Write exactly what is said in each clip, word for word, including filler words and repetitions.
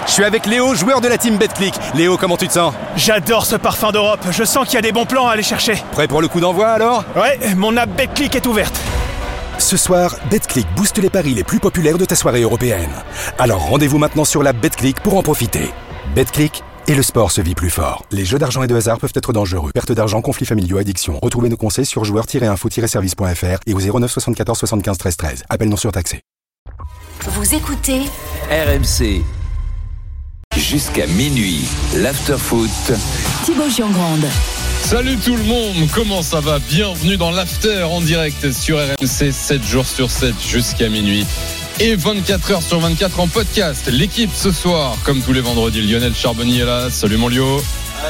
Je suis avec Léo, joueur de la team Betclic. Léo, comment tu te sens? J'adore ce parfum d'Europe, je sens qu'il y a des bons plans à aller chercher. Prêt pour le coup d'envoi alors? Ouais, mon app Betclic est ouverte. Ce soir, Betclic booste les paris les plus populaires de ta soirée européenne. Alors rendez-vous maintenant sur l'app Betclic pour en profiter. Betclic, et le sport se vit plus fort. Les jeux d'argent et de hasard peuvent être dangereux. Perte d'argent, conflits familiaux, addiction. Retrouvez nos conseils sur joueurs tiret info tiret service point f r et au zéro neuf soixante-quatorze soixante-quinze treize treize. Appel non surtaxé. Vous écoutez R M C. Jusqu'à minuit, l'after-foot. Thibaut Giangrande. Salut tout le monde, comment ça va? Bienvenue dans l'after en direct sur R M C, sept jours sur sept jusqu'à minuit. Et vingt-quatre heures sur vingt-quatre en podcast. L'équipe ce soir, comme tous les vendredis, Lionel Charbonnier est là. Salut mon Lio.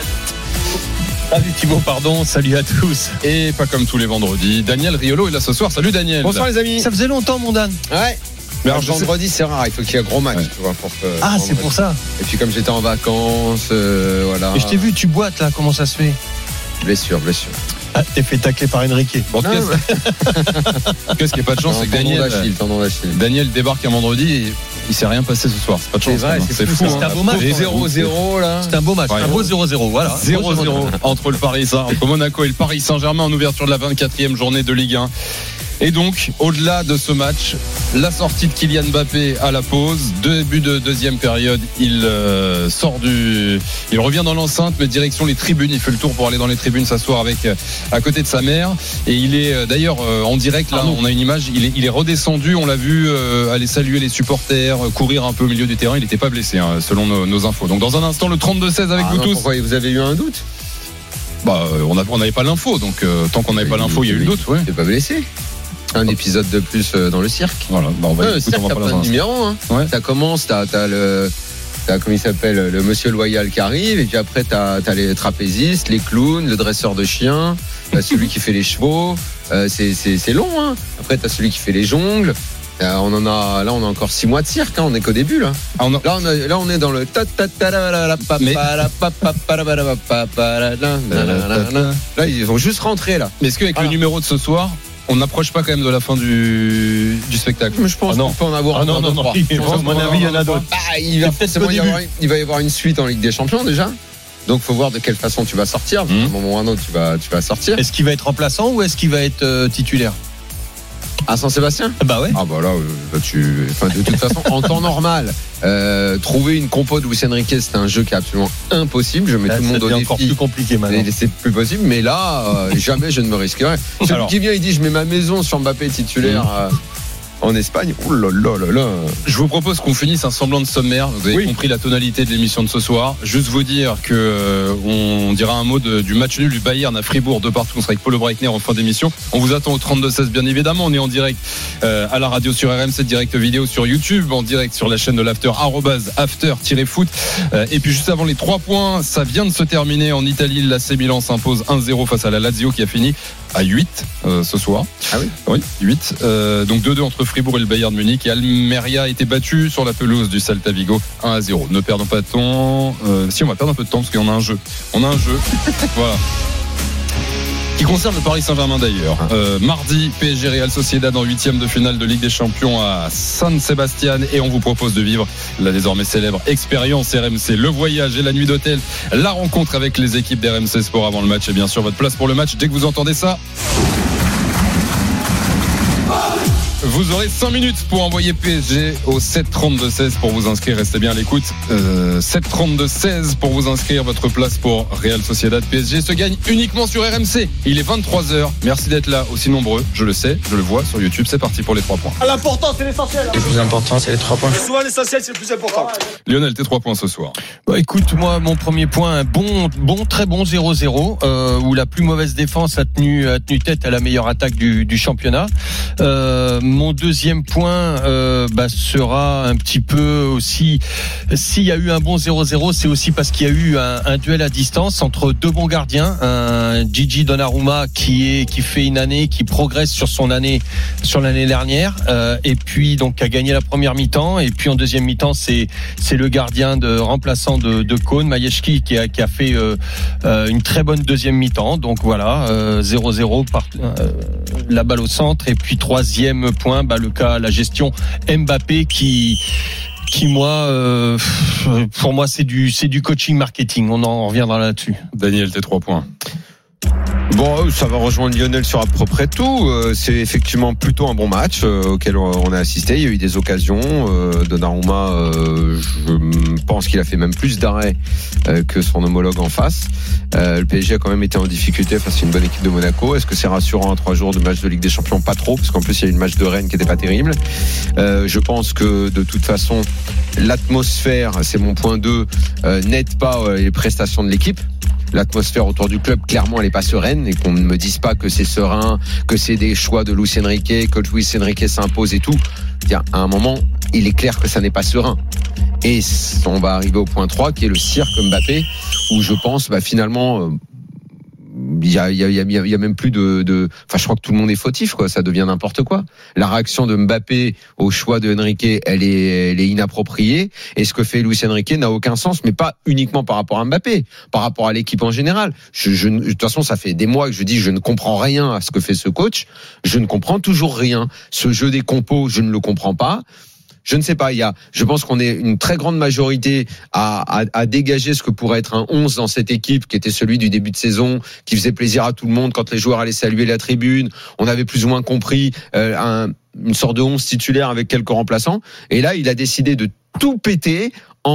Salut Thibaut, pardon, salut à tous. Et pas comme tous les vendredis, Daniel Riolo est là ce soir. Salut Daniel. Bonsoir les amis. Ça faisait longtemps mon Dan. Ouais. Mais alors, vendredi c'est rare, il faut qu'il y ait un gros match, ouais. Tu vois, pour que, ah vendredi. C'est pour ça. Et puis comme j'étais en vacances, euh, voilà. Et je t'ai vu, tu boites là, comment ça se fait? Blessure, blessure. Ah, t'es fait tacler par Enrique. Bon, non, qu'est-ce qui est pas de chance, non, c'est que Daniel, d'Achille, d'Achille. Daniel débarque un vendredi et il s'est rien passé ce soir. C'est pas de chance. C'est vrai, c'est, c'est fou. fou. C'est un beau match. zéro zéro là. C'est un beau match. Ouais. Un beau zéro zéro. Voilà. zéro zéro entre le Paris Saint, entre Monaco et le Paris Saint-Germain en ouverture de la vingt-quatrième journée de Ligue un. Et donc, au-delà de ce match, la sortie de Kylian Mbappé à la pause, début de deuxième période, il euh, sort du, il revient dans l'enceinte, mais direction les tribunes. Il fait le tour pour aller dans les tribunes, s'asseoir avec à côté de sa mère. Et il est d'ailleurs euh, en direct. Là, on a une image. Il est, il est redescendu. On l'a vu euh, aller saluer les supporters, courir un peu au milieu du terrain. Il n'était pas blessé, hein, selon nos, nos infos. Donc, dans un instant, le trente-deux seize avec ah vous non, tous. Pourquoi vous avez eu un doute? Bah, on n'avait pas l'info. Donc, euh, tant qu'on n'avait pas l'info, il y a eu le doute. Ouais. T'es pas blessé? Un épisode de plus dans le cirque. Voilà, bah on va ouais, le cirque, t'as plein de numéros. Hein. Ouais. Ça commence, t'as, t'as le, t'as comment il s'appelle, le monsieur loyal qui arrive, et puis après t'as, t'as les trapézistes, les clowns, le dresseur de chiens, t'as celui qui fait les chevaux. Euh, c'est, c'est, c'est long. Hein. Après t'as celui qui fait les jongles. Euh, on en a, là on a encore six mois de cirque. Hein. On est qu'au début là. Ah, on a... Là on a, là on est dans le ta ta ta la la la pa pa la pa pa pa la la pa pa la la la. Là ils vont juste rentrer là. Mais est-ce qu'avec le numéro de ce soir, on n'approche pas quand même de la fin du, du spectacle? Je pense ah qu'on peut en avoir ah non, non, non, non. Je pense, à mon avis, il y en a d'autres. Ah, il, va forcément y avoir, il va y avoir une suite en Ligue des Champions déjà. Donc, il faut voir de quelle façon tu vas sortir. Mmh. À un moment ou à un autre, tu vas, tu vas sortir. Est-ce qu'il va être remplaçant ou est-ce qu'il va être euh, titulaire? À Saint-Sébastien? Bah ouais. Ah bah là, là tu... enfin, de toute façon, en temps normal, euh, trouver une compo de Luis Enrique, c'est un jeu qui est absolument impossible. Je mets là, tout le monde au défi. C'est encore plus compliqué maintenant. C'est plus possible, mais là, euh, jamais je ne me risquerai. Celui Alors... qui vient, il dit, je mets ma maison sur Mbappé titulaire. Mmh. Euh, En Espagne, oh là là là là. Je vous propose qu'on finisse un semblant de sommaire. Vous avez oui. compris la tonalité de l'émission de ce soir. Juste vous dire que euh, on dira un mot de, du match nul du Bayern à Fribourg de partout. On sera avec Paulo Breitner en fin d'émission. On vous attend au trente-deux seize bien évidemment. On est en direct euh, à la radio sur R M C, direct vidéo sur YouTube, en direct sur la chaîne de l'After, arrobase after-foot. Euh, et puis juste avant les trois points, ça vient de se terminer en Italie. L'A C Milan s'impose un zéro face à la Lazio qui a fini à huit euh, ce soir. Ah oui. Oui, huit. Euh, donc deux deux entre Fribourg et le Bayern de Munich. Et Almeria a été battu sur la pelouse du Celta Vigo un à zéro. Ne perdons pas de temps. Euh, si, on va perdre un peu de temps parce qu'on a un jeu. On a un jeu. Voilà. Qui concerne le Paris Saint-Germain d'ailleurs. Euh, mardi, P S G Real Sociedad en huitième de finale de Ligue des Champions à San Sebastián, et on vous propose de vivre la désormais célèbre expérience R M C, le voyage et la nuit d'hôtel, la rencontre avec les équipes d'R M C Sport avant le match et bien sûr votre place pour le match dès que vous entendez ça. Vous aurez cinq minutes pour envoyer P S G au sept trente-deux seize pour vous inscrire. Restez bien à l'écoute. Euh, sept trente-deux seize pour vous inscrire. Votre place pour Real Sociedad P S G se gagne uniquement sur R M C. Il est vingt-trois heures. Merci d'être là aussi nombreux. Je le sais, je le vois sur YouTube. C'est parti pour les trois points. L'important, c'est l'essentiel. Le plus important, c'est les trois points. Souvent, l'essentiel, c'est le plus important. Lionel, tes trois points ce soir. Bah, écoute, moi, mon premier point, un bon, bon, très bon zéro zéro, euh, où la plus mauvaise défense a tenu, a tenu tête à la meilleure attaque du, du championnat. Euh, mon deuxième point euh, bah, sera un petit peu aussi, s'il y a eu un bon zéro zéro, c'est aussi parce qu'il y a eu un, un duel à distance entre deux bons gardiens, un Gigi Donnarumma qui est qui fait une année, qui progresse sur son année, sur l'année dernière, euh, et puis donc a gagné la première mi-temps, et puis en deuxième mi-temps c'est c'est le gardien de remplaçant de de Cône, Majewski, qui a qui a fait euh, euh, une très bonne deuxième mi-temps. Donc voilà, euh, zéro zéro par euh, la balle au centre, et puis troisième point, bah le cas, la gestion Mbappé qui qui moi, euh, pour moi, c'est du, c'est du coaching marketing. On en reviendra là-dessus. Daniel, tes trois points. Bon, ça va rejoindre Lionel sur à peu près tout. Euh, c'est effectivement plutôt un bon match euh, auquel on a assisté. Il y a eu des occasions. Euh, Donnarumma, euh, je pense qu'il a fait même plus d'arrêts euh, que son homologue en face. Euh, le P S G a quand même été en difficulté face à une bonne équipe de Monaco. Est-ce que c'est rassurant à trois jours de match de Ligue des Champions? Pas trop, parce qu'en plus il y a eu une match de Rennes qui n'était pas terrible. Euh, je pense que de toute façon, l'atmosphère, c'est mon point deux, euh, n'aide pas euh, les prestations de l'équipe. L'atmosphère autour du club, clairement, elle n'est pas sereine, et qu'on ne me dise pas que c'est serein, que c'est des choix de Luis Enrique, que Luis Enrique s'impose et tout. Tiens, à un moment, il est clair que ça n'est pas serein. Et on va arriver au point trois, qui est le cirque Mbappé, où je pense, bah, finalement, euh, il y a, il y a, il y a même plus de, de, enfin, je crois que tout le monde est fautif, quoi. Ça devient n'importe quoi. La réaction de Mbappé au choix de Enrique, elle est, elle est inappropriée. Et ce que fait Luis Enrique n'a aucun sens, mais pas uniquement par rapport à Mbappé, par rapport à l'équipe en général. Je, je, de toute façon, ça fait des mois que je dis, je ne comprends rien à ce que fait ce coach. Je ne comprends toujours rien. Ce jeu des compos, je ne le comprends pas. Je ne sais pas, il y a, je pense qu'on est une très grande majorité à, à, à dégager ce que pourrait être un onze dans cette équipe, qui était celui du début de saison, qui faisait plaisir à tout le monde quand les joueurs allaient saluer la tribune. On avait plus ou moins compris euh, un, une sorte de onze titulaire avec quelques remplaçants. Et là, il a décidé de tout péter en,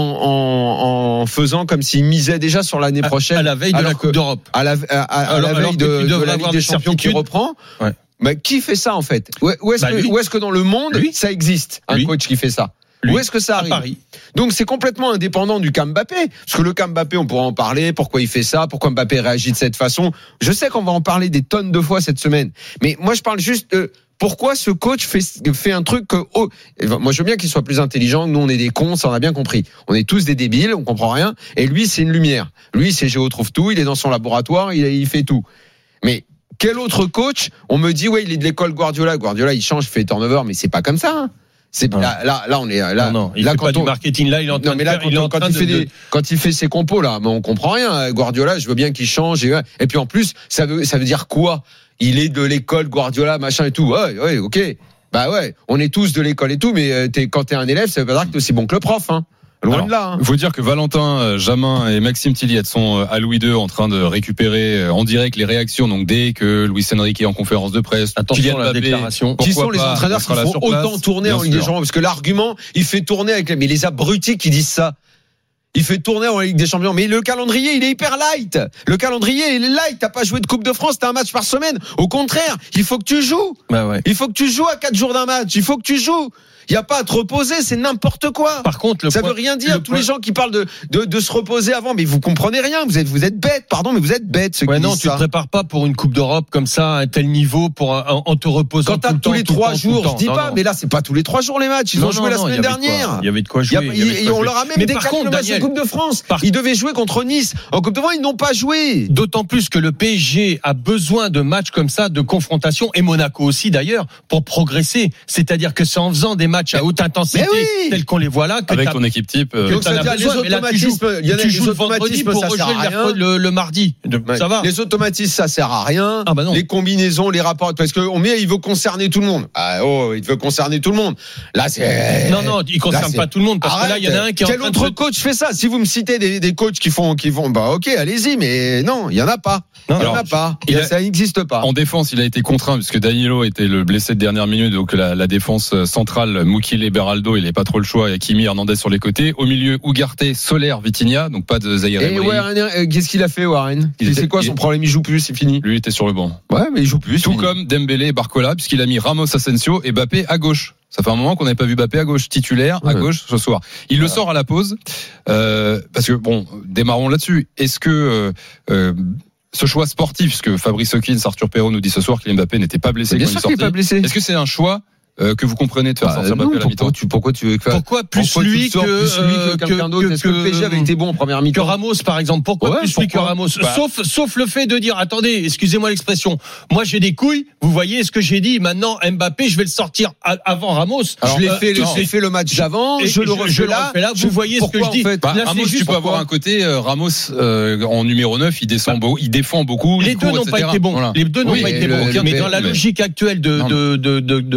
en, en faisant comme s'il misait déjà sur l'année prochaine. À, à la veille de la Coupe d'Europe. À la, à, à, à alors, la veille de, de la Ligue des Champions qui reprend. Ouais. Mais qui fait ça en fait? Où est-ce bah, que, où est-ce que dans le monde lui ça existe un lui coach qui fait ça? Lui. Où est-ce que ça arrive? À Paris. Donc c'est complètement indépendant du cas Mbappé, parce que le cas Mbappé, on pourra en parler. Pourquoi il fait ça? Pourquoi Mbappé réagit de cette façon? Je sais qu'on va en parler des tonnes de fois cette semaine, mais moi je parle juste de pourquoi ce coach fait fait un truc que oh, moi je veux bien qu'il soit plus intelligent. Nous on est des cons, ça on a bien compris. On est tous des débiles, on comprend rien. Et lui c'est une lumière. Lui c'est Géo trouve tout. Il est dans son laboratoire, il, il fait tout. Mais quel autre coach? On me dit, ouais, il est de l'école Guardiola. Guardiola, il change, il fait turnover, mais c'est pas comme ça. Hein. C'est là, là, là, on est là. Non, non, il là, fait quand pas on, du marketing. Là, il est en train non, mais là, de faire, quand, il est en quand train il de, fait de... des, quand il fait ses compos là, mais on comprend rien. Guardiola, je veux bien qu'il change. Et, et puis en plus, ça veut, ça veut dire quoi? Il est de l'école Guardiola, machin et tout. Ouais, ouais, ok. Bah ouais, on est tous de l'école et tout, mais t'es, quand t'es un élève, ça veut pas dire que t'es aussi bon que le prof, hein. Loin Alors, de là. Il hein. faut dire que Valentin Jamin et Maxime Tilliette sont à Louis deux en train de récupérer en direct les réactions. Donc dès que Luis Enrique est en conférence de presse, attention à la déclaration. Qui sont les entraîneurs qui font autant tourner en Ligue des Champions? Parce que l'argument, il fait tourner avec les, mais les abrutis qui disent ça. Il fait tourner en Ligue des Champions. Mais le calendrier, il est hyper light. Le calendrier, il est light. T'as pas joué de Coupe de France, t'as un match par semaine. Au contraire, il faut que tu joues. Bah ouais. Il faut que tu joues à quatre jours d'un match. Il faut que tu joues. Il n'y a pas à te reposer, c'est n'importe quoi. Par contre, le ça point, veut rien dire. Tous point... les gens qui parlent de, de, de se reposer avant, mais vous comprenez rien. Vous êtes, vous êtes bêtes, pardon, mais vous êtes bêtes. Ceux ouais, qui non, disent tu ça. te prépares pas pour une Coupe d'Europe comme ça, à un tel niveau, pour en, en te reposant. Quand t'as tout tous le les temps, trois tout jours, le je dis non, pas, non. mais là, c'est pas tous les trois jours les matchs. Ils non, ont joué non, la non, semaine dernière. Il y avait de quoi jouer. Il y a, et on leur a même mais décalé le match de Coupe de France. Par... Ils devaient jouer contre Nice. En Coupe de France, ils n'ont pas joué. D'autant plus que le P S G a besoin de matchs comme ça, de confrontation, et Monaco aussi d'ailleurs, pour progresser. C'est-à-dire que c'est en faisant des matchs à haute intensité, oui. tels qu'on les voit là, que avec ton équipe type. Euh, Donc, c'est-à-dire les automatismes, il y a tu joues les le vendredi pour ça sert rejouer à rien. le, le, le mardi. Ouais. Ça va. Les automatismes, ça sert à rien. Ah bah non. Les combinaisons, les rapports, parce que on met, il veut concerner tout le monde. Ah oh, il veut concerner tout le monde. Là, c'est non non, il concerne là, pas tout le monde parce Arrête. que là, il y en a un qui est Quel en train autre de... coach fait ça? Si vous me citez des, des coachs qui font, qui vont, bah ok, allez-y, mais non, il y en a pas. Non, il y en a pas. Il a, ça n'existe pas. En défense, il a été contraint puisque Danilo était le blessé de dernière minute, donc la, la défense centrale, Mukile, Beraldo, il n'avait pas trop le choix. Et Kimi Hernandez sur les côtés. Au milieu, Ugarte, Soler, Vitinha, donc pas de Zaire. Et Warren, qu'est-ce qu'il a fait, Warren? Il C'est était, quoi son il... problème? Il joue plus, c'est fini. Lui, il était sur le banc. Ouais, mais il joue plus. Tout fini. comme Dembélé et Barcola, puisqu'il a mis Ramos, Asensio et Mbappé à gauche. Ça fait un moment qu'on n'avait pas vu Mbappé à gauche, titulaire à ouais. gauche ce soir. Il voilà. le sort à la pause, euh, parce que bon, démarrons là-dessus. Est-ce que euh, euh, ce choix sportif, puisque Fabrice Hawkins, Arthur Perrault nous dit ce soir qu'Kylian Mbappé n'était pas blessé, bien quand sûr il sortait. qu'il n'est pas blessé. Est-ce que c'est un choix Euh, que vous comprenez de faire bah, sortir Mbappé à la mi-temps? Tu, pourquoi tu veux que pourquoi plus pourquoi lui que, plus lui que, que quelqu'un d'autre? Est-ce que, que le P S G avait été bon en première mi-temps? Que Ramos par exemple. Pourquoi ouais, plus pourquoi lui que Ramos? Bah. Sauf sauf le fait de dire attendez, excusez-moi l'expression. Moi j'ai des couilles. Vous voyez ce que j'ai dit. Maintenant Mbappé, je vais le sortir à, avant Ramos. Alors, je l'ai euh, fait, je l'ai fait le match d'avant. Je, je le refais je là. là. Vous voyez ce que je dis. Bah, là, Ramos, tu peux avoir un côté euh, Ramos euh, en numéro neuf, il descend, bah. il défend beaucoup. Les deux n'ont pas été bons. Les deux n'ont pas été bons. Mais dans la logique actuelle de de de de Luis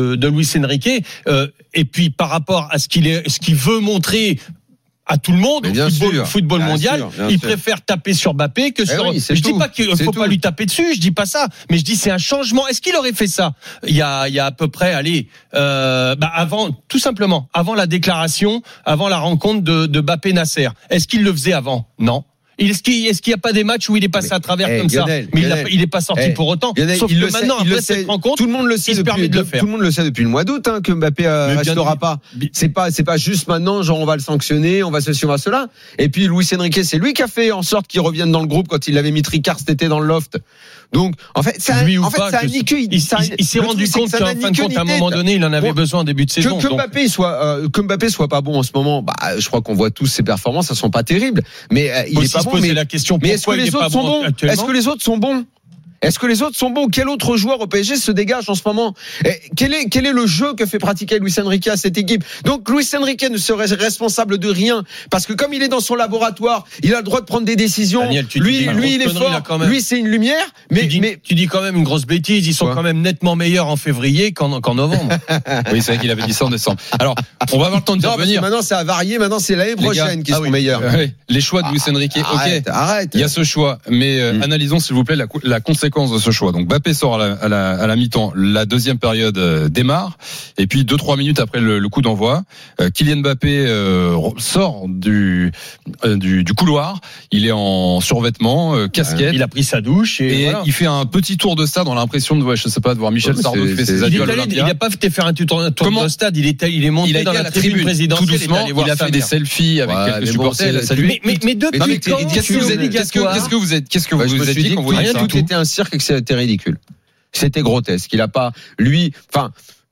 Luis Enrique. Euh, et puis par rapport à ce qu'il est, ce qu'il veut montrer à tout le monde au football, sûr, football bien mondial, sûr, bien il sûr. préfère taper sur Mbappé que sur. Eh oui, je tout. dis pas qu'il c'est faut tout. pas lui taper dessus, je dis pas ça, mais je dis c'est un changement. Est-ce qu'il aurait fait ça il y a il y a à peu près, allez, euh, bah avant, tout simplement, avant la déclaration, avant la rencontre de, de Mbappé Nasser. Est-ce qu'il le faisait avant? Non. Est-ce qu'il est-ce qu'il n'y a pas des matchs où il est passé mais, à travers hey, comme Lionel, ça, mais Lionel, il n'est pas sorti hey, pour autant. Lionel, Sauf il que le maintenant, sait, après cette sait, rencontre, tout le monde le sait il depuis, se permet de le faire. Tout le monde le sait depuis le mois d'août hein, que Mbappé euh, restera pas. C'est pas c'est pas juste maintenant, genre on va le sanctionner, on va ceci, on va cela. Et puis Luis Enrique, c'est lui qui a fait en sorte qu'il revienne dans le groupe quand il avait mis Tricard cet été dans le loft. Donc en fait, ça lui en fait, pas, ça a niqué. Il, il, il, il s'est rendu compte qu'en fin de compte, à un moment donné, il en avait bon, besoin en début de saison. Que, que Mbappé soit euh, que Mbappé soit pas bon en ce moment, bah je crois qu'on voit tous ses performances, elles sont pas terribles. Mais euh, il est pas bon. Mais la question, mais est-ce que les autres sont bons? Est-ce que les autres sont bons? Est-ce que les autres sont bons? Quel autre joueur au P S G se dégage en ce moment? Et quel est, quel est le jeu que fait pratiquer Luis Enrique à cette équipe? Donc Luis Enrique ne serait responsable de rien parce que comme il est dans son laboratoire, il a le droit de prendre des décisions. Daniel, lui, lui, il est fort. Lui, c'est une lumière. Mais tu dis, mais tu dis quand même une grosse bêtise. Ils sont ouais. quand même nettement meilleurs en février qu'en, qu'en novembre. Oui, c'est vrai qu'il avait dit ça en décembre. Alors, on va avoir le temps de non, revenir. Maintenant, ça a varié. Maintenant, c'est l'année prochaine qui ah, sont oui. meilleurs. Oui. Les choix de Luis Enrique. Arrête, ok. Arrête. Il y a ce choix, mais euh, mm. analysons s'il vous plaît la, la conséquence de ce choix. Donc Mbappé sort à la, à la, à la mi-temps, la deuxième période euh, démarre, et puis deux trois minutes après le, le coup d'envoi, euh, Kylian Mbappé euh, sort du, euh, du du couloir, il est en survêtement, euh, casquette, il a pris sa douche et, et voilà. il fait un petit tour de stade, on a l'impression de ouais, je sais pas de voir Michel Sardou qui fait ses adieux à l'Olympia. Il n'a pas fait faire un tour, un tour de stade, il est il est monté il a dans la, la tribune présidentielle, tout doucement, il, il a fait des selfies avec ouais, quelques supporters, bon, salué. Mais mais, mais depuis mais quand qu'est-ce que vous êtes qu'est-ce que qu'est-ce que vous êtes qu'est-ce que vous vous êtes dit quand vous rien tout était un cirque et que c'était ridicule. C'était grotesque. Il a pas, lui, enfin,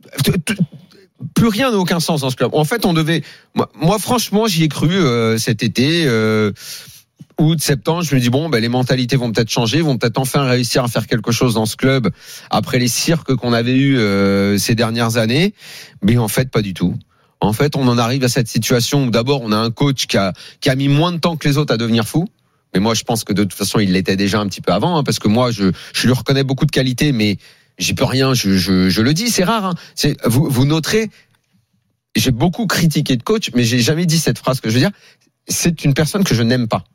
plus rien n'a aucun sens dans ce club. En fait, on devait, moi, moi franchement, j'y ai cru euh, cet été, euh, août, septembre. Je me dis bon, ben les mentalités vont peut-être changer, vont peut-être enfin réussir à faire quelque chose dans ce club après les cirques qu'on avait eu euh, ces dernières années. Mais en fait, pas du tout. En fait, on en arrive à cette situation où d'abord, on a un coach qui a qui a mis moins de temps que les autres à devenir fou. Mais moi, je pense que de toute façon, il l'était déjà un petit peu avant, hein, parce que moi, je, je lui reconnais beaucoup de qualités, mais j'y peux rien. Je, je, je le dis, c'est rare. Hein. C'est, vous, vous noterez, j'ai beaucoup critiqué de coach, mais j'ai jamais dit cette phrase que je veux dire. C'est une personne que je n'aime pas.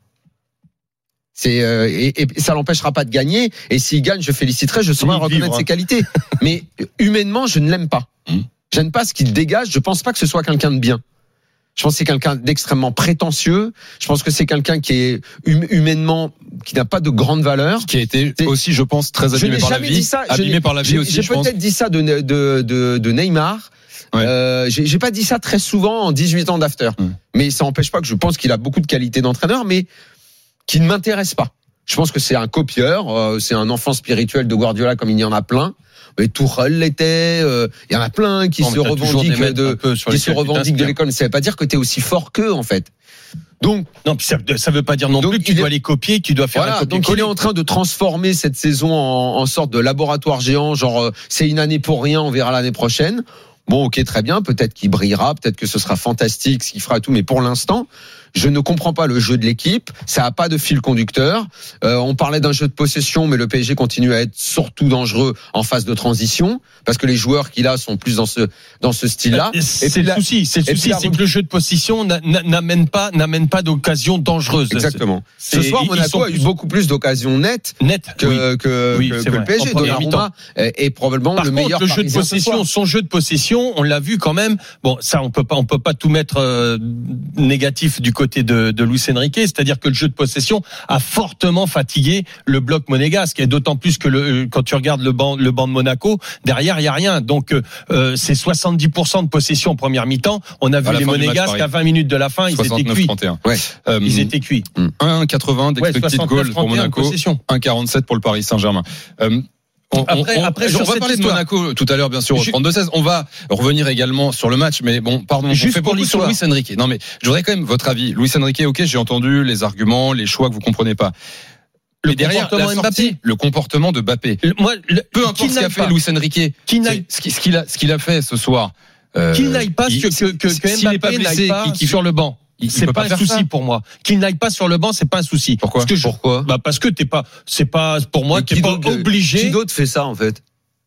C'est euh, et, et ça l'empêchera pas de gagner. Et s'il gagne, je féliciterai, je saurai reconnaître vivre, ses hein. qualités. Mais humainement, je ne l'aime pas. Mmh. J'aime pas ce qu'il dégage. Je pense pas que ce soit quelqu'un de bien. Je pense que c'est quelqu'un d'extrêmement prétentieux. Je pense que c'est quelqu'un qui est hum, humainement, qui n'a pas de grande valeur. Qui a été c'est... aussi, je pense, très abîmé par la vie. Ça. Abîmé je par la vie aussi, j'ai je peut-être pense. dit ça de, de, de, de Neymar. Ouais. Euh, j'ai, j'ai pas dit ça très souvent en dix-huit ans d'after. Hum. Mais ça n'empêche pas que je pense qu'il a beaucoup de qualités d'entraîneur, mais qui ne m'intéresse pas. Je pense que c'est un copieur, euh, c'est un enfant spirituel de Guardiola comme il y en a plein. Mais Tourelle l'était, il euh, y en a plein qui non, se revendiquent de, qui se revendiquent de l'école. Mais ça veut pas dire que tu es aussi fort qu'eux, en fait. Donc, non, puis ça, ça veut pas dire non plus que tu dois est, les copier, que tu dois faire voilà, un donc il est en train de transformer cette saison en, en sorte de laboratoire géant, genre euh, c'est une année pour rien, on verra l'année prochaine. Bon, ok, très bien, peut-être qu'il brillera, peut-être que ce sera fantastique, ce qu'il fera tout, mais pour l'instant, je ne comprends pas le jeu de l'équipe, ça a pas de fil conducteur. Euh, on parlait d'un jeu de possession, mais le P S G continue à être surtout dangereux en phase de transition, parce que les joueurs qu'il a sont plus dans ce dans ce style-là. Et c'est le souci, c'est le souci, c'est que le jeu de possession n'amène pas n'amène pas d'occasions dangereuses. Exactement. Ce soir, Monaco a eu beaucoup plus d'occasions nettes net que oui. que, oui, que, que le P S G. Donnarumma est probablement Par le contre, meilleur. Le jeu de possession, son jeu de possession, on l'a vu quand même. Bon, ça, on peut pas, on peut pas tout mettre euh, négatif du côté de, de Luis Enrique, c'est-à-dire que le jeu de possession a fortement fatigué le bloc monégasque, et d'autant plus que le, quand tu regardes le banc, le banc de Monaco, derrière il y a rien. Donc euh, c'est soixante-dix pour cent de possession en première mi-temps. On a vu les monégasques à vingt minutes de la fin, ils étaient cuits. Ouais. Euh, ils étaient cuits. un virgule quatre-vingts d'expected goals pour Monaco, un virgule quarante-sept pour le Paris Saint-Germain. Euh, On, après, on, après, on va parler histoire. de Monaco tout à l'heure, bien sûr, au trente-deux seize. On va revenir également sur le match, mais bon, pardon, Juste on fait beaucoup sur Luis Enrique. Non, mais je voudrais quand même votre avis. Luis Enrique, ok, j'ai entendu les arguments, les choix que vous comprenez pas. Le mais derrière, la sortie, le comportement de Mbappé. Le, moi, le, peu importe ce qu'a fait Luis Enrique, ce qu'il a, ce qu'il a fait ce soir. Euh, qu'il n'aille pas, il, que, que, que, que Mbappé pas blessé, n'aille pas qui, qui, sur le banc. Il, c'est pas, pas un souci ça. Pour moi. Qu'il n'aille pas sur le banc, c'est pas un souci. Pourquoi? Parce que je, Pourquoi? Bah parce que t'es pas, c'est pas pour moi, t'es pas obligé. Qui d'autre fait ça en fait?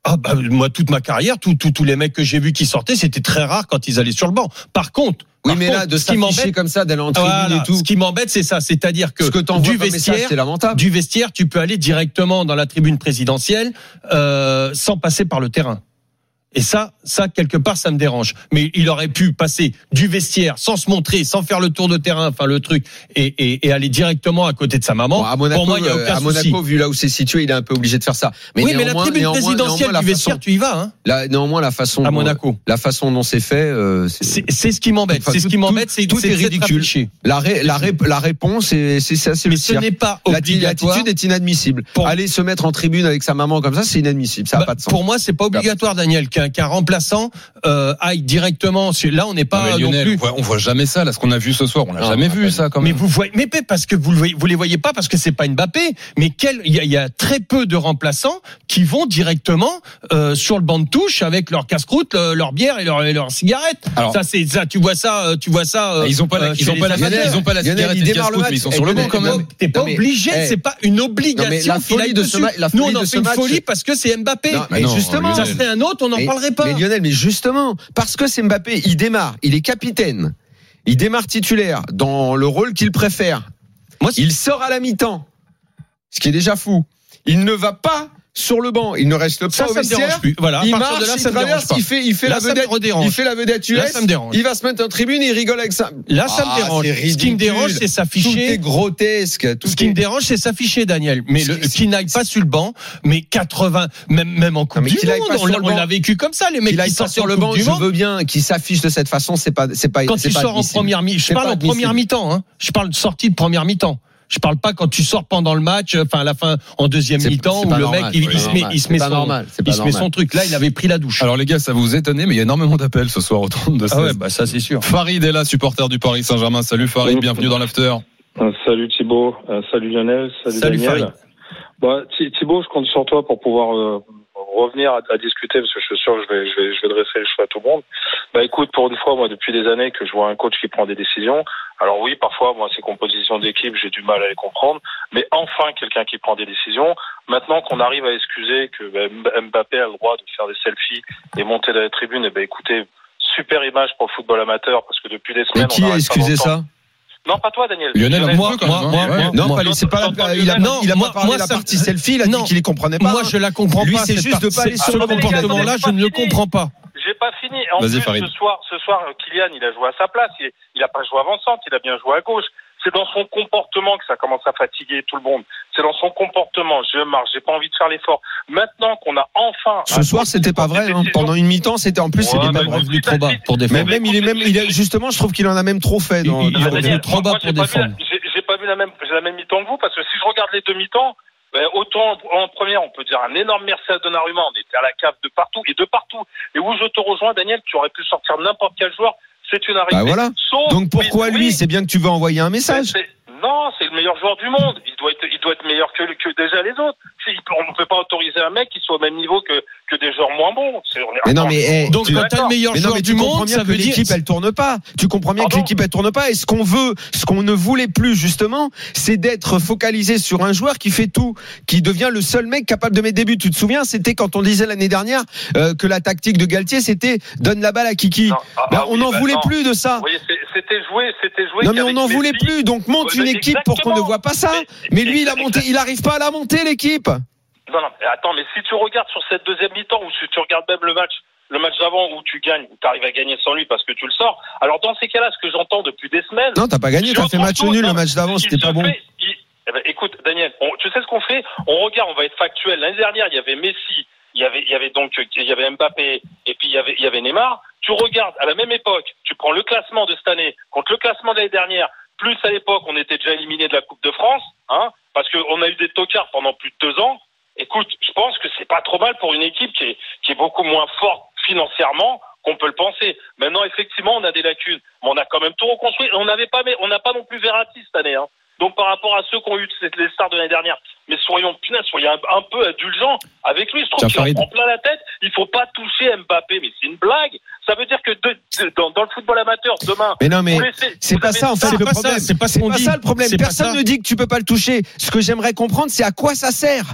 Ah bah moi toute ma carrière, tous tous tous les mecs que j'ai vus qui sortaient, c'était très rare quand ils allaient sur le banc. Par contre, oui par mais contre, là de ce qui s'afficher m'embête comme ça, d'aller en tribune voilà, et tout. Ce qui m'embête, c'est ça, c'est-à-dire que, Ce que du vestiaire, message, c'est lamentable. du vestiaire, tu peux aller directement dans la tribune présidentielle euh, sans passer par le terrain. Et ça, ça quelque part, ça me dérange. Mais il aurait pu passer du vestiaire sans se montrer, sans faire le tour de terrain, enfin le truc, et, et, et aller directement à côté de sa maman. Bon, à Monaco, pour moi, il y a aucun à Monaco, souci. vu là où c'est situé, il est un peu obligé de faire ça. Mais oui, mais la tribune néanmoins, présidentielle néanmoins, du vestiaire, façon, tu y vas, hein. La, néanmoins, la façon à dont, Monaco, la façon dont c'est fait, euh, c'est, c'est, c'est ce qui m'embête. Enfin, c'est ce qui tout, m'embête, c'est tout c'est est ridicule. La, ré, la, ré, la réponse, c'est, c'est, c'est assez. Mais ce n'est pas obligatoire. L'attitude est inadmissible. Pour... Aller se mettre en tribune avec sa maman comme ça, c'est inadmissible. Ça n'a bah, pas de sens. Pour moi, c'est pas obligatoire, Daniel, qu'un, qu'un remplaçant euh, aille directement. Là, on n'est pas non, Lionel, non plus. On voit, on voit jamais ça. Là, ce qu'on a vu ce soir, on l'a non, jamais vu ça. Quand même. Mais vous voyez, mais parce que vous le voyez, vous les voyez pas parce que c'est pas Mbappé. Mais quel, il y a, il y a très peu de remplaçants qui vont directement euh, sur le banc de touche avec leur casse-croûte, leur bière et leur, et leur cigarette. Alors, ça, c'est ça. Tu vois ça, tu vois ça. Euh, ils ont pas, la, ils ont pas la, ils ont pas la cigarette, ils démarrent le match. Mais ils sont sur le banc quand même. T'es pas obligé. C'est pas une obligation. La folie de ce match. Nous, on en fait une folie parce que c'est Mbappé. Mais justement, ça serait un autre, on n'en parlerait pas. Mais Lionel, mais justement, parce que c'est Mbappé, il démarre, il est capitaine, il démarre titulaire dans le rôle qu'il préfère. Moi, il sort à la mi-temps, ce qui est déjà fou. Il ne va pas sur le banc, il ne reste pas ça, au ça vestiaire. Voilà, il marche, de là, il ça traverse, il fait, il fait là, la vedette, il fait la vedette U S. Il va se mettre en tribune et il rigole avec ça. Là, ça ah, me dérange. Ce qui me dérange, c'est s'afficher. Tout est grotesque. Tout Ce qui est... me dérange, c'est s'afficher, Daniel. Mais le, qui n'aille pas sur le banc, mais quatre-vingts, même, même en Coupe non, du Monde, on l'a, on l'a vécu comme ça, les mecs qui sortent sur le banc. Je veux bien qu'ils s'affichent de cette façon, c'est pas, c'est pas. Quand tu sors en première mi, je parle en première mi-temps, hein. Je parle de sortie de première mi-temps. Je parle pas quand tu sors pendant le match, enfin à la fin en deuxième c'est, mi-temps c'est où le normal, mec il, il se met, il se met son, normal, il se met son truc. Là, il avait pris la douche. Alors les gars, ça vous étonnait, mais il y a énormément d'appels ce soir au trente-deux seize. Ah ouais, bah ça c'est sûr. Farid est là, supporter du Paris Saint-Germain. Salut Farid, bienvenue dans l'after. Euh, salut Thibaut, euh, salut Lionel, salut, salut Daniel. Farid. Bah, Thibaut, je compte sur toi pour pouvoir euh, revenir à, à discuter parce que je suis sûr que je vais, je vais, je vais dresser les cheveux à tout le monde. Bah écoute, pour une fois, moi depuis des années que je vois un coach qui prend des décisions. Alors oui, parfois, moi, ces compositions d'équipe, j'ai du mal à les comprendre. Mais enfin, quelqu'un qui prend des décisions. Maintenant qu'on arrive à excuser que bah, Mbappé a le droit de faire des selfies et monter dans la tribune, et ben bah, écoutez, super image pour le football amateur parce que depuis des semaines, mais qui on a excusé ça? Non, pas toi, Daniel. Lionel, Lionel moi, moi, moi, moi, moi, non, non, pas, c'est pas la, il a, non, il a moi, pas parlé moi, de la ça, partie selfie, il a dit qu'il les comprenait pas. Moi, je la comprends Lui, pas. c'est juste de pas aller sur le comportement-là, je ne le comprends pas. J'ai pas fini. En Vas-y, plus, Farid. ce soir, ce soir, Kylian, il a joué à sa place. Il, il a pas joué avant-centre, il a bien joué à gauche. C'est dans son comportement que ça commence à fatiguer tout le monde. C'est dans son comportement. Je marche, j'ai pas envie de faire l'effort. Maintenant qu'on a enfin. Ce soir, c'était pas vrai. Hein. Pendant une mi-temps, c'était en plus, ouais, c'est même revenu trop bas pour défendre. Même, même, il est même, il a, justement, je trouve qu'il en a même trop fait. Dans, il, il est revenu trop bas pour défendre. J'ai, j'ai pas vu la même, j'ai la même mi-temps que vous parce que si je regarde les deux mi-temps. Ben, autant en première, on peut dire un énorme merci à Donnarumma. On était à la cave de partout et de partout. Et où je te rejoins, Daniel, tu aurais pu sortir n'importe quel joueur. C'est une arrivée. Bah voilà. Sauf, donc pourquoi oui, lui? oui. C'est bien que tu veux envoyer un message. C'est, non, c'est le meilleur joueur du monde. Il doit être, il doit être meilleur que, que déjà les autres. On ne peut pas autoriser un mec qui soit au même niveau que, que des joueurs moins bons. C'est, on est mais non, mais hey, donc quand t'as le meilleur joueur du monde, ça veut dire l'équipe elle tourne pas. Tu comprends bien Pardon que l'équipe elle tourne pas. Et ce qu'on veut, ce qu'on ne voulait plus justement, c'est d'être focalisé sur un joueur qui fait tout, qui devient le seul mec capable de mettre des buts. Tu te souviens, c'était quand on disait l'année dernière euh, que la tactique de Galtier c'était donne la balle à Kiki. Non, ah, ben, ah, on n'en oui, voulait bah, plus de ça. Oui, c'était joué, c'était joué. Non mais on n'en voulait plus. Donc monte une équipe pour qu'on ne voit pas ça. Mais lui, il a monté, il arrive pas à la monter l'équipe. Non, non, mais attends, mais si tu regardes sur cette deuxième mi-temps, ou si tu regardes même le match, le match d'avant où tu gagnes, où tu arrives à gagner sans lui parce que tu le sors, alors dans ces cas-là, ce que j'entends depuis des semaines. Non, t'as pas gagné, t'as fait match nul, le match d'avant, c'était pas bon. Fait, il, eh ben, écoute, Daniel, on, tu sais ce qu'on fait? On regarde, on va être factuel. L'année dernière, il y avait Messi, il y avait, il y avait donc, il y avait Mbappé, et puis il y avait, il y avait Neymar. Tu regardes, à la même époque, tu prends le classement de cette année contre le classement de l'année dernière, plus à l'époque, on était déjà éliminé de la Coupe de France, hein, parce qu'on a eu des tocards pendant plus de deux ans. Écoute, je pense que c'est pas trop mal pour une équipe qui est, qui est beaucoup moins forte financièrement qu'on peut le penser. Maintenant, effectivement, on a des lacunes, mais on a quand même tout reconstruit. On n'avait pas, mais on n'a pas non plus Verratti cette année, hein. Donc, par rapport à ceux qui ont eu les stars de l'année dernière, mais soyons, punaise, soyez un, un peu indulgents avec lui. Je trouve Tiens, qu'il en prend plein la tête. Il faut pas toucher Mbappé, mais c'est une blague. Ça veut dire que de, de, dans, dans le football amateur, demain. Mais non, mais laissez, c'est pas ça, en fait, le problème. C'est pas, c'est pas ça le problème. Personne ne dit que tu peux pas le toucher. Ce que j'aimerais comprendre, c'est à quoi ça sert.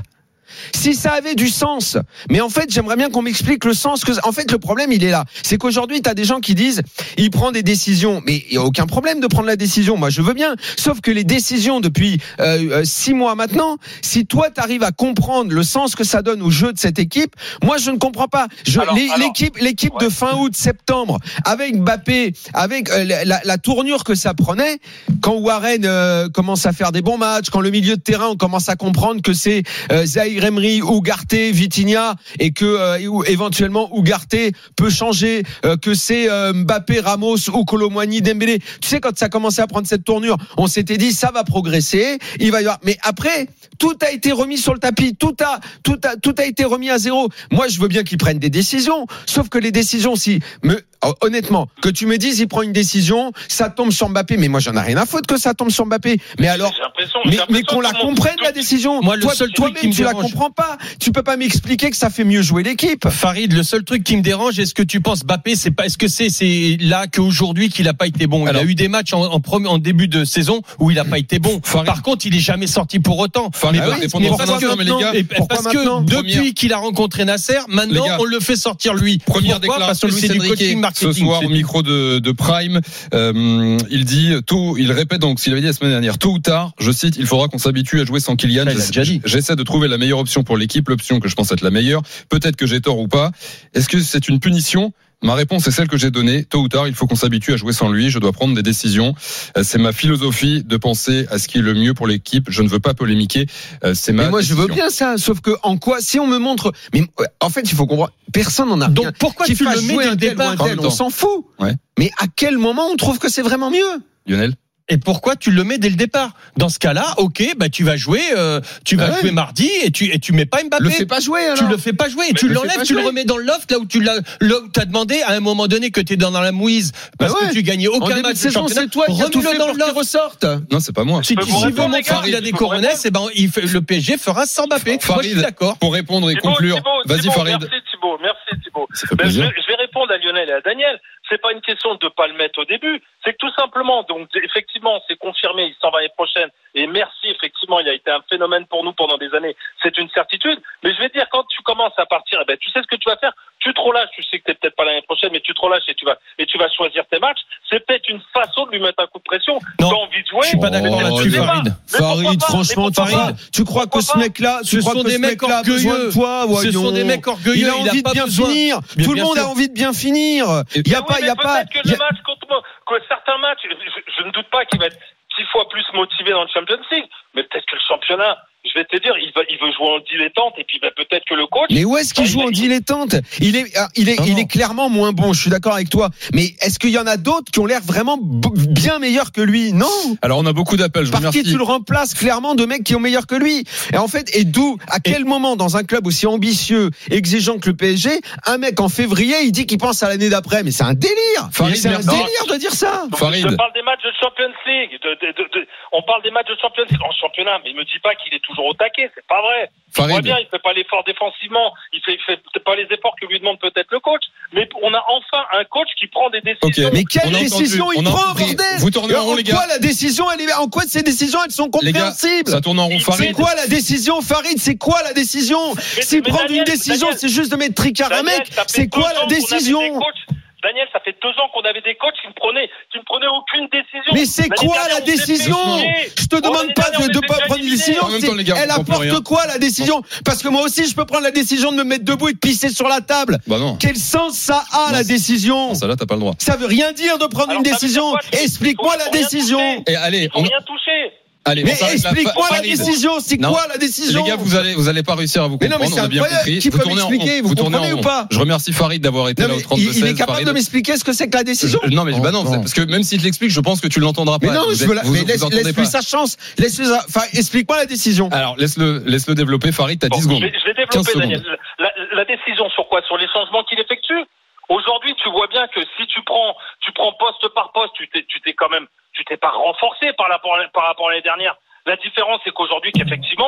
Si ça avait du sens. Mais en fait, j'aimerais bien qu'on m'explique le sens que, en fait, le problème, il est là. C'est qu'aujourd'hui, t'as des gens qui disent, il prend des décisions. Mais il n'y a aucun problème de prendre la décision. Moi, je veux bien. Sauf que les décisions depuis euh, six mois maintenant, si toi, t'arrives à comprendre le sens que ça donne au jeu de cette équipe, moi, je ne comprends pas. Je, alors, les, alors, l'équipe, l'équipe ouais. de fin août, septembre, avec Mbappé, avec euh, la, la, la tournure que ça prenait, quand Warren euh, commence à faire des bons matchs, quand le milieu de terrain, on commence à comprendre que c'est euh, Zahir Emery, Ugarte, Vitinha, et que euh, éventuellement Ugarte peut changer, euh, que c'est euh, Mbappé, Ramos ou Kolo Muani, Dembélé. Tu sais, quand ça a commencé à prendre cette tournure, on s'était dit ça va progresser, il va y avoir. Mais après, tout a été remis sur le tapis, tout a, tout a, tout a été remis à zéro. Moi, je veux bien qu'ils prennent des décisions, sauf que les décisions, si, me, honnêtement, que tu me dises, il prend une décision, ça tombe sur Mbappé, mais moi, j'en ai rien à foutre que ça tombe sur Mbappé. Mais alors, j'ai l'impression, mais, j'ai l'impression mais qu'on la comprenne la décision. Moi, le toi, seul toi-même, truc qui me tu la dérange, comprends pas. Tu peux pas m'expliquer que ça fait mieux jouer l'équipe. Farid, le seul truc qui me dérange, est-ce que tu penses Mbappé, c'est pas, est-ce que c'est, c'est là qu'aujourd'hui qu'il a pas été bon? Il Alors, a eu des matchs en, en, premier, en début de saison où il a pas été bon. Farid. Par contre, il est jamais sorti pour autant. Farid, mais va parce, répondre mais dans parce un instant, que, mais les gars, et pourquoi parce que maintenant depuis Première- qu'il a rencontré Nasser, maintenant, Les gars, on le fait sortir lui. Première Pourquoi? Parce déclaration que de c'est Luis du coaching Enrique marketing. ce soir c'est au tout. micro de, de Prime. Euh, il dit tôt, il répète donc ce qu'il avait dit la semaine dernière. Tôt ou tard, je cite, il faudra qu'on s'habitue à jouer sans Kylian. Ça, il l'a déjà dit. J'essaie de trouver la meilleure option pour l'équipe, l'option que je pense être la meilleure. Peut-être que j'ai tort ou pas. Est-ce que c'est une punition? Ma réponse est celle que j'ai donnée. Tôt ou tard, il faut qu'on s'habitue à jouer sans lui. Je dois prendre des décisions. C'est ma philosophie de penser à ce qui est le mieux pour l'équipe. Je ne veux pas polémiquer. C'est ma Mais moi, décision. je veux bien ça. Sauf que, en quoi, si on me montre, mais en fait, il faut comprendre. Personne n'en a Donc rien. pourquoi Qu'il tu le fasse mets jouer dès un le tel ou départ un En tel, même on temps. s'en fout. Ouais. Mais à quel moment on trouve que c'est vraiment mieux? Lionel? Et pourquoi tu le mets dès le départ? Dans ce cas-là, ok, bah tu vas jouer, euh, tu vas Ah ouais. jouer mardi et tu et tu mets pas Mbappé. Le fais pas jouer, alors. Tu le fais pas jouer, et Mais tu le fais l'enlèves, pas tu le jouer. remets dans le loft là où tu l'as, là où t'as demandé à un moment donné que t'es dans la mouise parce Bah ouais. que tu gagnais En aucun début match de de saison, championnat. c'est toi qui as tout Remets-le fait dans pour le qu'il loft. ressorte. Non, c'est pas moi. Si, peux si vous veut répondre, montrer les gars, qu'il a je des peux vous coronesses, répondre. eh ben, il fait, le P S G fera sans Mbappé. Moi, je suis Farid, d'accord. pour répondre et Thibaut, conclure. Thibaut, Vas-y, Thibaut, Farid. Merci Thibaut, merci Thibaut. Ça fait Ben, je, plaisir. vais, je vais répondre à Lionel et à Daniel. C'est pas une question de pas le mettre au début, c'est que tout simplement, donc effectivement, c'est confirmé, il s'en va l'année prochaine. Et merci, effectivement, il a été un phénomène pour nous pendant des années. C'est une certitude. Mais je vais dire, quand tu commences à partir, eh ben, tu sais ce que tu vas faire. Tu te relâches, tu sais que t'es peut-être pas l'année prochaine, mais tu te relâches et tu vas et tu vas choisir tes matchs. C'est peut-être une façon de lui mettre un coup de pression. Non, T'as envie de jouer. je suis pas d'accord Oh, là-dessus, débat. Farid. Mais pourquoi Farid, pas franchement, Mais tu pourquoi crois, pas tu crois que Pourquoi ce pas mec-là, tu Ce crois sont que des ce mecs mec-là a besoin de orgueilleux. toi, Ce voyons. sont des mecs orgueilleux, Il a il a envie de pas bien besoin. finir. Bien Tout le sûr. monde a envie de bien finir. Il y a Mais pas, oui, il y a mais pas. peut-être que il y le a- match contre moi, que certains matchs, je, je ne doute pas qu'il va être six fois plus motivé dans le Champions League, mais peut-être que le championnat, je vais te dire, il, va, il veut jouer en dilettante et puis bah, peut-être que le coach. Mais où est-ce qu'il bah, joue il- en dilettante? Il est, ah, il est, Non, il non. est clairement moins bon. Je suis d'accord avec toi. Mais est-ce qu'il y en a d'autres qui ont l'air vraiment b- bien meilleurs que lui? Non. Alors, on a beaucoup d'appels. Je vous Par qui remercie. tu le remplaces clairement de mecs qui ont meilleur que lui? Et en fait, et d'où, à quel moment dans un club aussi ambitieux, exigeant que le P S G, un mec en février, il dit qu'il pense à l'année d'après? Mais c'est un délire. Farid, C'est un merci. délire de dire ça. Donc, Farid. Je parle des matchs de Champions League. De, de, de, de- on parle des matchs de Champions League en championnat, mais il me dit pas qu'il est toujours au taquet. C'est pas vrai. Je Farid. vois bien, il fait pas l'effort défensivement. Il fait, il fait pas les efforts que lui demande peut-être le coach. Mais on a enfin un coach qui prend des décisions. Ok. Mais On quelle a décision entendu, il on a prend, compris. bordel? Vous tournez en rond, en les quoi gars. la décision, elle est, en quoi ces décisions, elles sont Les gars, compréhensibles? ça tourne en rond. C'est Farid. quoi la décision, Farid? C'est quoi la décision? Mais- Si mais prendre Daniel, une décision, Daniel, c'est juste de mettre tricard à un Daniel, mec, ça fait c'est deux quoi ans la qu'on avait décision? des coachs. Daniel, ça fait deux ans qu'on avait des coachs qui ne prenaient, qui ne prenaient aucune décision. Mais c'est L'année quoi dernière, la on s'est fait décision? éliminer. Je te Oh, demande l'année pas dernière, de on ne s'est pas fait prendre une éliminer. décision. En même temps, les gars, Elle on comprend apporte rien. quoi la décision? Parce que moi aussi, je peux prendre la décision de me mettre debout et de pisser sur la table. Bah non. Quel sens ça a Non, la c'est- décision? Ça là, t'as pas le droit. Ça veut rien dire de prendre Alors, une ça veut dire décision. quoi? Il faut- Explique-moi il faut la rien décision. toucher. Et allez, Il faut on... rien toucher. allez, Mais on s'arrête là. explique-moi la Farid. décision. C'est Non. quoi la décision? Les gars, vous allez, vous allez pas réussir à vous Mais non, comprendre. mais c'est on a bien incroyable. compris. Qui peut tournez en m'expliquer? rond. Vous tournez en comprenez ou rond. pas? Je remercie Farid d'avoir été Non, là mais au trente-deux il, seize. il est capable Farid. de m'expliquer ce que c'est que la décision? Je- non, mais bah non, non. parce que même s'il te l'explique, je pense que tu l'entendras pas. Mais non, Vous je êtes- veux la, vous- mais vous laisse, entendez laisse-lui pas. sa chance. Laisse-lui sa, enfin, explique-moi la décision. Alors, laisse-le, laisse-le développer. Farid, t'as Bon, dix je, secondes. vais, je vais quinze développer, secondes. Daniel. La, la décision sur quoi? Sur les changements qu'il effectue? Aujourd'hui, tu vois bien que si tu prends, tu prends poste par poste, tu t'es, tu t'es quand même, tu t'es pas renforcé par rapport, par rapport à l'année dernière. La différence, c'est qu'aujourd'hui, qu'effectivement,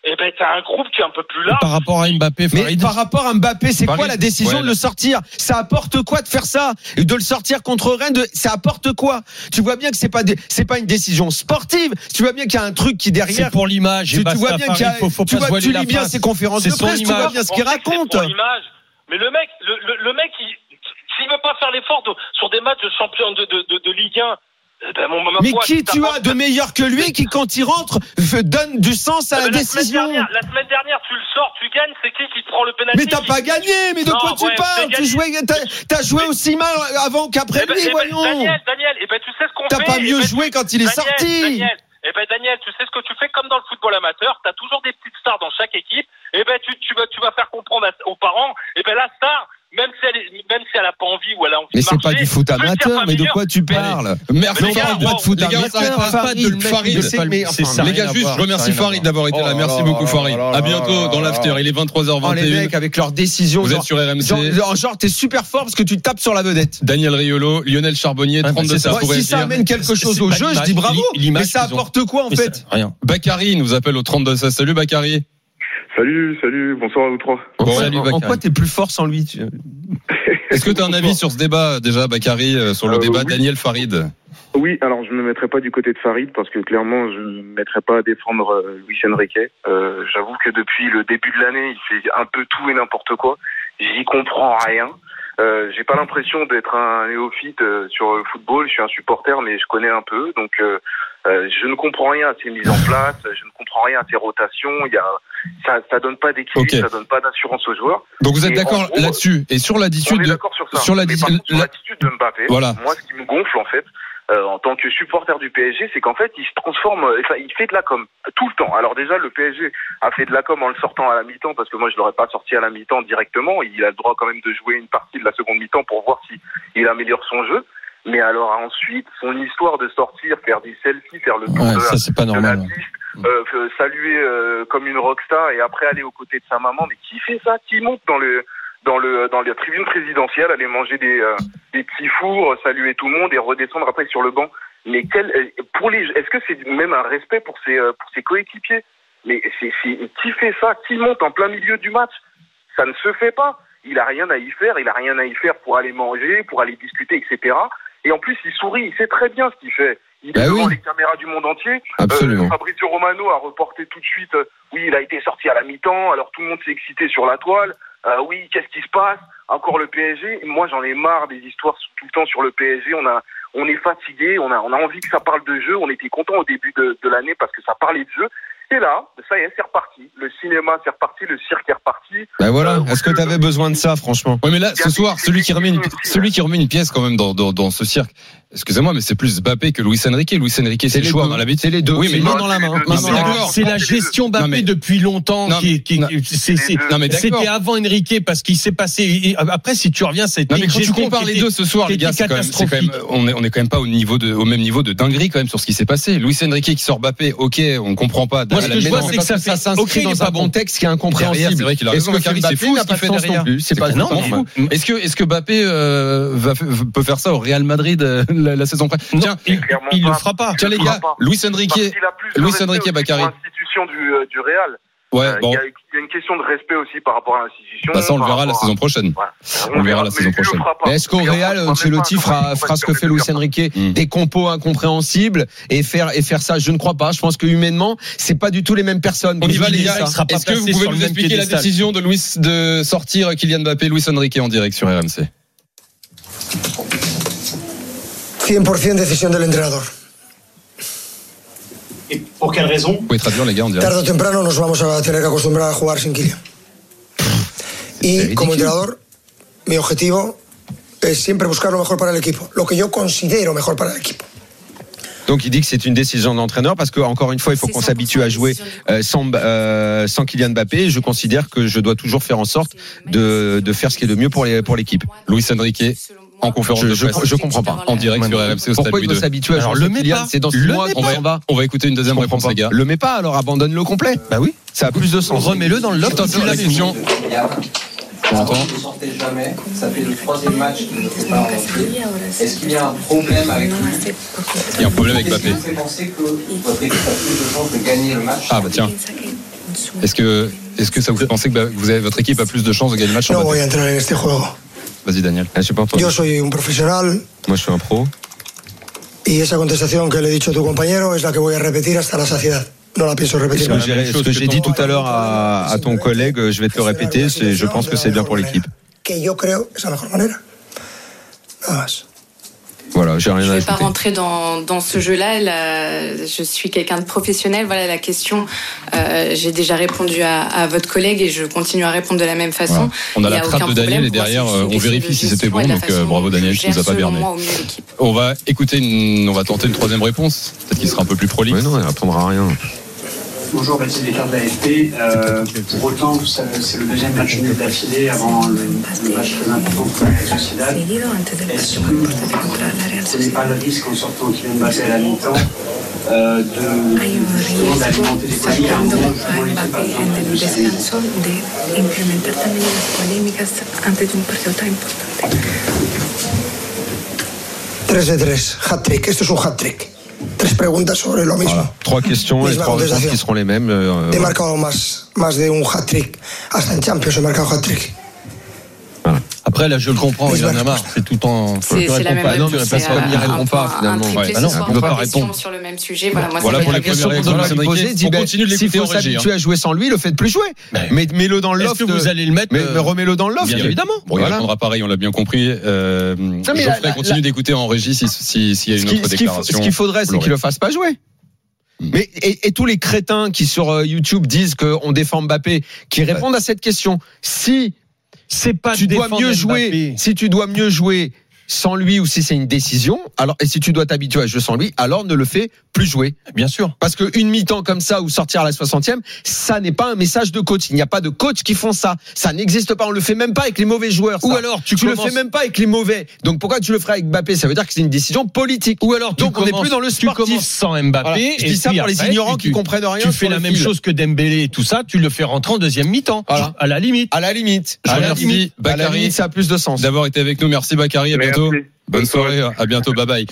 eh ben t'as un groupe qui est un peu plus large. Par rapport à Mbappé, mais par rapport à Mbappé, c'est Farid, quoi la décision ouais, de le sortir? Ça apporte quoi de faire ça? Et de le sortir contre Rennes, de, ça apporte quoi? Tu vois bien que c'est pas des, c'est pas une décision sportive. Tu vois bien qu'il y a un truc qui derrière. C'est pour l'image. Tu, tu vois bien qu'il y a, faut, faut tu pas vois, se tu voiler lis bien la ses conférences de presse, tu vois bien ce qu'il raconte. C'est pour l'image. Mais le mec, le, le, le mec, il, s'il veut pas faire l'effort de, sur des matchs de champion de, de, de, de Ligue un. Ben, mon, ma mais foi, qui tu as de meilleur que lui qui, quand il rentre, donne du sens à la, la décision? Semaine dernière, la semaine dernière, tu le sors, tu gagnes, c'est qui qui te prend le pénalty? Mais t'as pas gagné, mais de non, quoi tu ouais, parles? Tu jouais, t'as, t'as joué mais, aussi mal avant qu'après eh ben, lui, eh ben, voyons. Daniel, Daniel, et ben tu sais ce qu'on t'as fait. T'as pas mieux eh ben, joué quand il est Daniel, sorti. Daniel, et ben Daniel, tu sais ce que tu fais comme dans le football amateur, t'as toujours des petites stars dans chaque équipe. Et ben tu, tu vas, tu vas faire comprendre à, aux parents, et ben la star. Même si, elle est, même si elle a pas envie ou elle a envie mais de marcher. Mais c'est pas du foot amateur, mais de quoi tu parles? Merci. Mais on parle pas de foot amateur. Farid, les gars, juste, je remercie Farid d'avoir été là. Merci beaucoup, Farid. À bientôt dans l'after. Il est vingt-trois heures vingt et un. Les mecs, avec leurs décisions. Vous êtes sur R M C. Genre, genre, t'es super fort parce que tu tapes sur la vedette. Daniel Riolo, Lionel Charbonnier, trente-deux ça pourrait Si ça amène quelque chose au jeu, je dis bravo. Mais ça apporte quoi, en fait? Rien. Bakary nous appelle au trente-deux ça. Salut, Bakary. Salut, salut, bonsoir à vous trois. Bon, salut, en quoi t'es plus fort sans lui? tu... Est-ce que tu as un avis sur ce débat déjà, Bakary, sur le euh, débat oui. Daniel Farid? Oui, alors je ne me mettrai pas du côté de Farid parce que clairement je ne me mettrai pas à défendre euh, Luis Enrique. Euh, j'avoue que depuis le début de l'année, il fait un peu tout et n'importe quoi. J'y comprends rien. Euh, j'ai pas l'impression d'être un néophyte euh, sur le football. Je suis un supporter, mais je connais un peu. Donc euh, euh, je ne comprends rien à ses mises en place. Je ne comprends rien à ses rotations. Il y a ça, ça donne pas d'équilibre, okay. Ça donne pas d'assurance aux joueurs. Donc vous êtes et d'accord gros, là-dessus et sur l'attitude. On est de... d'accord sur ça. Sur, la... Mais par contre, sur l'attitude de Mbappé. Voilà. Moi, ce qui me gonfle en fait. Euh, en tant que supporter du P S G, c'est qu'en fait, il se transforme, enfin, il fait de la com tout le temps. Alors déjà, le P S G a fait de la com en le sortant à la mi-temps, parce que moi, je l'aurais pas sorti à la mi-temps directement. Il a le droit quand même de jouer une partie de la seconde mi-temps pour voir si il améliore son jeu. Mais alors ensuite, son histoire de sortir, faire des selfies, faire le tour ouais, de, ça, c'est pas de normal, la piste, euh, saluer euh, comme une rockstar et après aller aux côtés de sa maman. Mais qui fait ça? Qui monte dans le dans le dans la tribune présidentielle, aller manger des euh, des petits fours, saluer tout le monde et redescendre après sur le banc? Mais quel pour les est-ce que c'est même un respect pour ses pour ses coéquipiers? Mais c'est, c'est qui fait ça? Qui monte en plein milieu du match? Ça ne se fait pas. Il a rien à y faire. Il a rien à y faire pour aller manger, pour aller discuter, et cetera. Et en plus, il sourit. Il sait très bien ce qu'il fait. Il est bah devant oui. les caméras du monde entier. Absolument. Euh, Fabrizio Romano a reporté tout de suite. Euh, oui, il a été sorti à la mi-temps. Alors tout le monde s'est excité sur la toile. Euh, oui, qu'est-ce qui se passe? Encore le P S G. Moi, j'en ai marre des histoires tout le temps sur le P S G. On a, on est fatigué. On a, on a envie que ça parle de jeu. On était content au début de, de l'année parce que ça parlait de jeu. Et là, ça y est, c'est reparti. Le cinéma, c'est reparti. Le cirque est reparti. Ben voilà. Euh, Est-ce que tu avais besoin de ça, franchement? Ouais, mais là, ce soir, celui qui remet une, celui qui remet une pièce quand même dans, dans, dans ce cirque. Excusez-moi, mais c'est plus Mbappé que Luis Enrique. Luis Enrique, c'est, c'est le choix. On a l'habitude. C'est les deux. Oui, mais main dans la main. Mais c'est, d'accord. C'est la gestion Mbappé mais, non, depuis longtemps non, qui, qui, non, c'est, c'est, non, mais c'était avant Enrique parce qu'il s'est passé. Après, si tu reviens, ça a été non, mais quand tu compares les deux ce soir, les gars, c'est quand même, c'est quand même, on est, on est quand même pas au niveau de, au même niveau de dinguerie quand même sur ce qui s'est passé. Luis Enrique qui sort Mbappé, ok, on comprend pas. Moi, ce que je vois, c'est que ça ça s'inscrit dans un contexte qui est incompréhensible. C'est vrai qu'il a raison. C'est fou ce qu'il fait derrière. C'est pas non. Est-ce que, est-ce que Mbappé va peut faire ça au Real Madrid la saison prochaine? Tiens, il, il le fera pas. Tiens les gars, Luis Enrique, Luis Enrique, Bakary. L'institution du, euh, du Real. Ouais, euh, bon. Il y, y a une question de respect aussi par rapport à l'institution. Bah ça, on le verra la saison prochaine. Ouais. On, on le verra la saison prochaine. Mais est-ce qu'au Real, Ancelotti fera, fera ce que fait Luis Enrique, mmh. des compos incompréhensibles et faire et faire ça? Je ne crois pas. Je pense que humainement, c'est pas du tout les mêmes personnes. On y va les gars. Est-ce que vous pouvez nous expliquer la décision de Luis de sortir Kylian Mbappé, Luis Enrique en direct sur R M C? cien por ciento decisión del entrenador. ¿Y por quelle raison? Vous pouvez traduire les gars en direct. Tarde o temprano nos vamos a tener que acostumbrar a jugar sin Kylian. Y como entrenador, mi objetivo es siempre buscar lo mejor para el equipo, lo que yo considero mejor para el equipo. Donc il dit que c'est une décision d'entraîneur parce que encore une fois il faut qu'on s'habitue à jouer euh, sans euh, sans Kylian Mbappé. Je considère que je dois toujours faire en sorte de de faire ce qui est de mieux pour les pour l'équipe. Luis Enrique en conférence je, de presse. Je, je comprends pas. En direct sur R M C au Pourquoi il doit s'habituer à jouer le Kylian? C'est dans six mois qu'on va on va écouter une deuxième réponse les gars. Le mets pas alors abandonne le complet. Bah oui, ça a plus de sens. Remets-le dans le loft. Attention la question. Vous ne sortez jamais, ça fait le troisième match qu'il ne fait pas rentrer. Est-ce qu'il y a un problème avec lui? Il y a un problème avec Mbappé. Est-ce que vous pensez que votre équipe a plus de chances de gagner le match? Ah bah tiens. Est-ce que, est-ce que ça vous fait penser que vous avez, votre équipe a plus de chances de gagner le match? No voy a entrar en este juego. Vas-y, Daniel. Ah, je sais pas Yo soy un profesional. Moi, je suis un pro. Y esa contestación que le he dicho a tu compañero es la que voy a repetir hasta la saciedad. No la pienso repetir. Ce que j'ai, ce que j'ai dit tout à l'heure à, à ton collègue, je vais te le répéter, c'est, je pense que c'est bien pour l'équipe. Que yo creo es la mejor manera. Nada más. Voilà, j'ai rien je à ne vais ajouter. pas rentrer dans, dans ce jeu-là. Là, je suis quelqu'un de professionnel. Voilà la question. Euh, j'ai déjà répondu à, à votre collègue et je continue à répondre de la même façon. Voilà. On a, a la trappe de Daniel et derrière, moi, on vérifie si c'était bon. Donc euh, bravo Daniel, tu nous as pas berné. On va écouter, une, on va tenter une troisième réponse. Peut-être qu'il sera un peu plus prolixe. Ouais, non, il répondra à rien. Bonjour, Baptiste Descartes de l'A F P. Euh, pour autant, c'est le deuxième match nul d'affilée avant le, le match très important contre la Real Sociedad. Est-ce que ce n'est pas le risque en sortant Kylian Mbappé à la mi-temps euh, de, d'alimenter les polémiques à un moment justement il n'était pas besoin Tres de tres, hat-trick. Esto es un hat-trick. Tres preguntas sobre lo mismo. Voilà. Trois questions et trois réponses qui seront les mêmes. Euh, he marcado más, más de un hat-trick. Hasta en Champions he marcado hat-trick. Voilà. Après, là, je le comprends, il en a marre. C'est tout en. C'est, c'est la même pas. Non, mais parce qu'il n'y répond pas, finalement. Ouais. Bah non, on ne peut pas répondre. Sur le même sujet. Voilà, moi, voilà ça pour fait les la premières réactions de Luis Enrique. On continue de l'écouter S'il en faut régie. s'habituer à jouer sans lui, le faites plus jouer. Mais mets-le dans le loft. Est-ce que vous allez le mettre? Mais remets-le dans le loft. Bien évidemment. Bon, il répondra pareil, on l'a bien compris. Euh, Geoffrey continue d'écouter en régie s'il si, si y a une autre déclaration. Ce qu'il faudrait, c'est qu'il le fasse pas jouer. Mais et, et tous les crétins qui sur YouTube disent qu'on défend Mbappé, qui répondent à cette question. Si c'est pas tu dois mieux jouer, Mbappé. si tu dois mieux jouer sans lui ou si c'est une décision, alors et si tu dois t'habituer à jouer sans lui, alors ne le fais plus jouer. Bien sûr. Parce que une mi-temps comme ça ou sortir à la soixantième, ça n'est pas un message de coach. Il n'y a pas de coach qui font ça. Ça n'existe pas. On le fait même pas avec les mauvais joueurs. Ça. Ou alors tu, tu commences... le fais même pas avec les mauvais. Donc pourquoi tu le ferais avec Mbappé? Ça veut dire que c'est une décision politique. Ou alors tu donc commences, on n'est plus dans le sportif. Tu commences sans Mbappé. Voilà. Je et dis ça pour les après, ignorants tu, qui comprennent rien. Tu fais la même fil. chose que Dembélé et tout ça. Tu le fais rentrer en deuxième mi-temps. Voilà. À la limite. À la limite. Je à la remercie limite. Bakary. À la limite, ça a plus de sens. D'avoir été avec nous. Merci Bakary. À bientôt. Merci. Bonne soirée. À bientôt. Bye bye.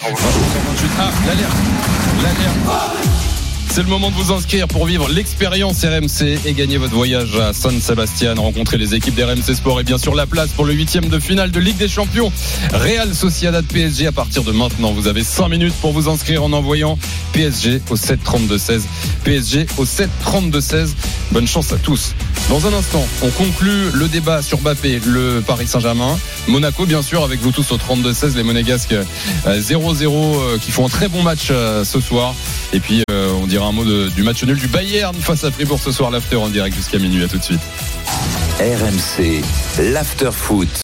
Ah, l'alerte. L'alerte. C'est le moment de vous inscrire pour vivre l'expérience R M C et gagner votre voyage à San Sebastian, rencontrer les équipes d'R M C Sport et bien sûr la place pour le huitième de finale de Ligue des Champions. Real Sociedad P S G à partir de maintenant. Vous avez cinq minutes pour vous inscrire en envoyant P S G au sept trente-deux seize. P S G au sept trente-deux seize. Bonne chance à tous. Dans un instant, on conclut le débat sur Mbappé, le Paris Saint-Germain. Monaco, bien sûr, avec vous tous au trente-deux seize. Les Monégasques zéro zéro qui font un très bon match ce soir. Et puis, on dira un mot de, du match nul du Bayern face à Fribourg ce soir. L'after en direct jusqu'à minuit. À tout de suite. R M C, l'after foot.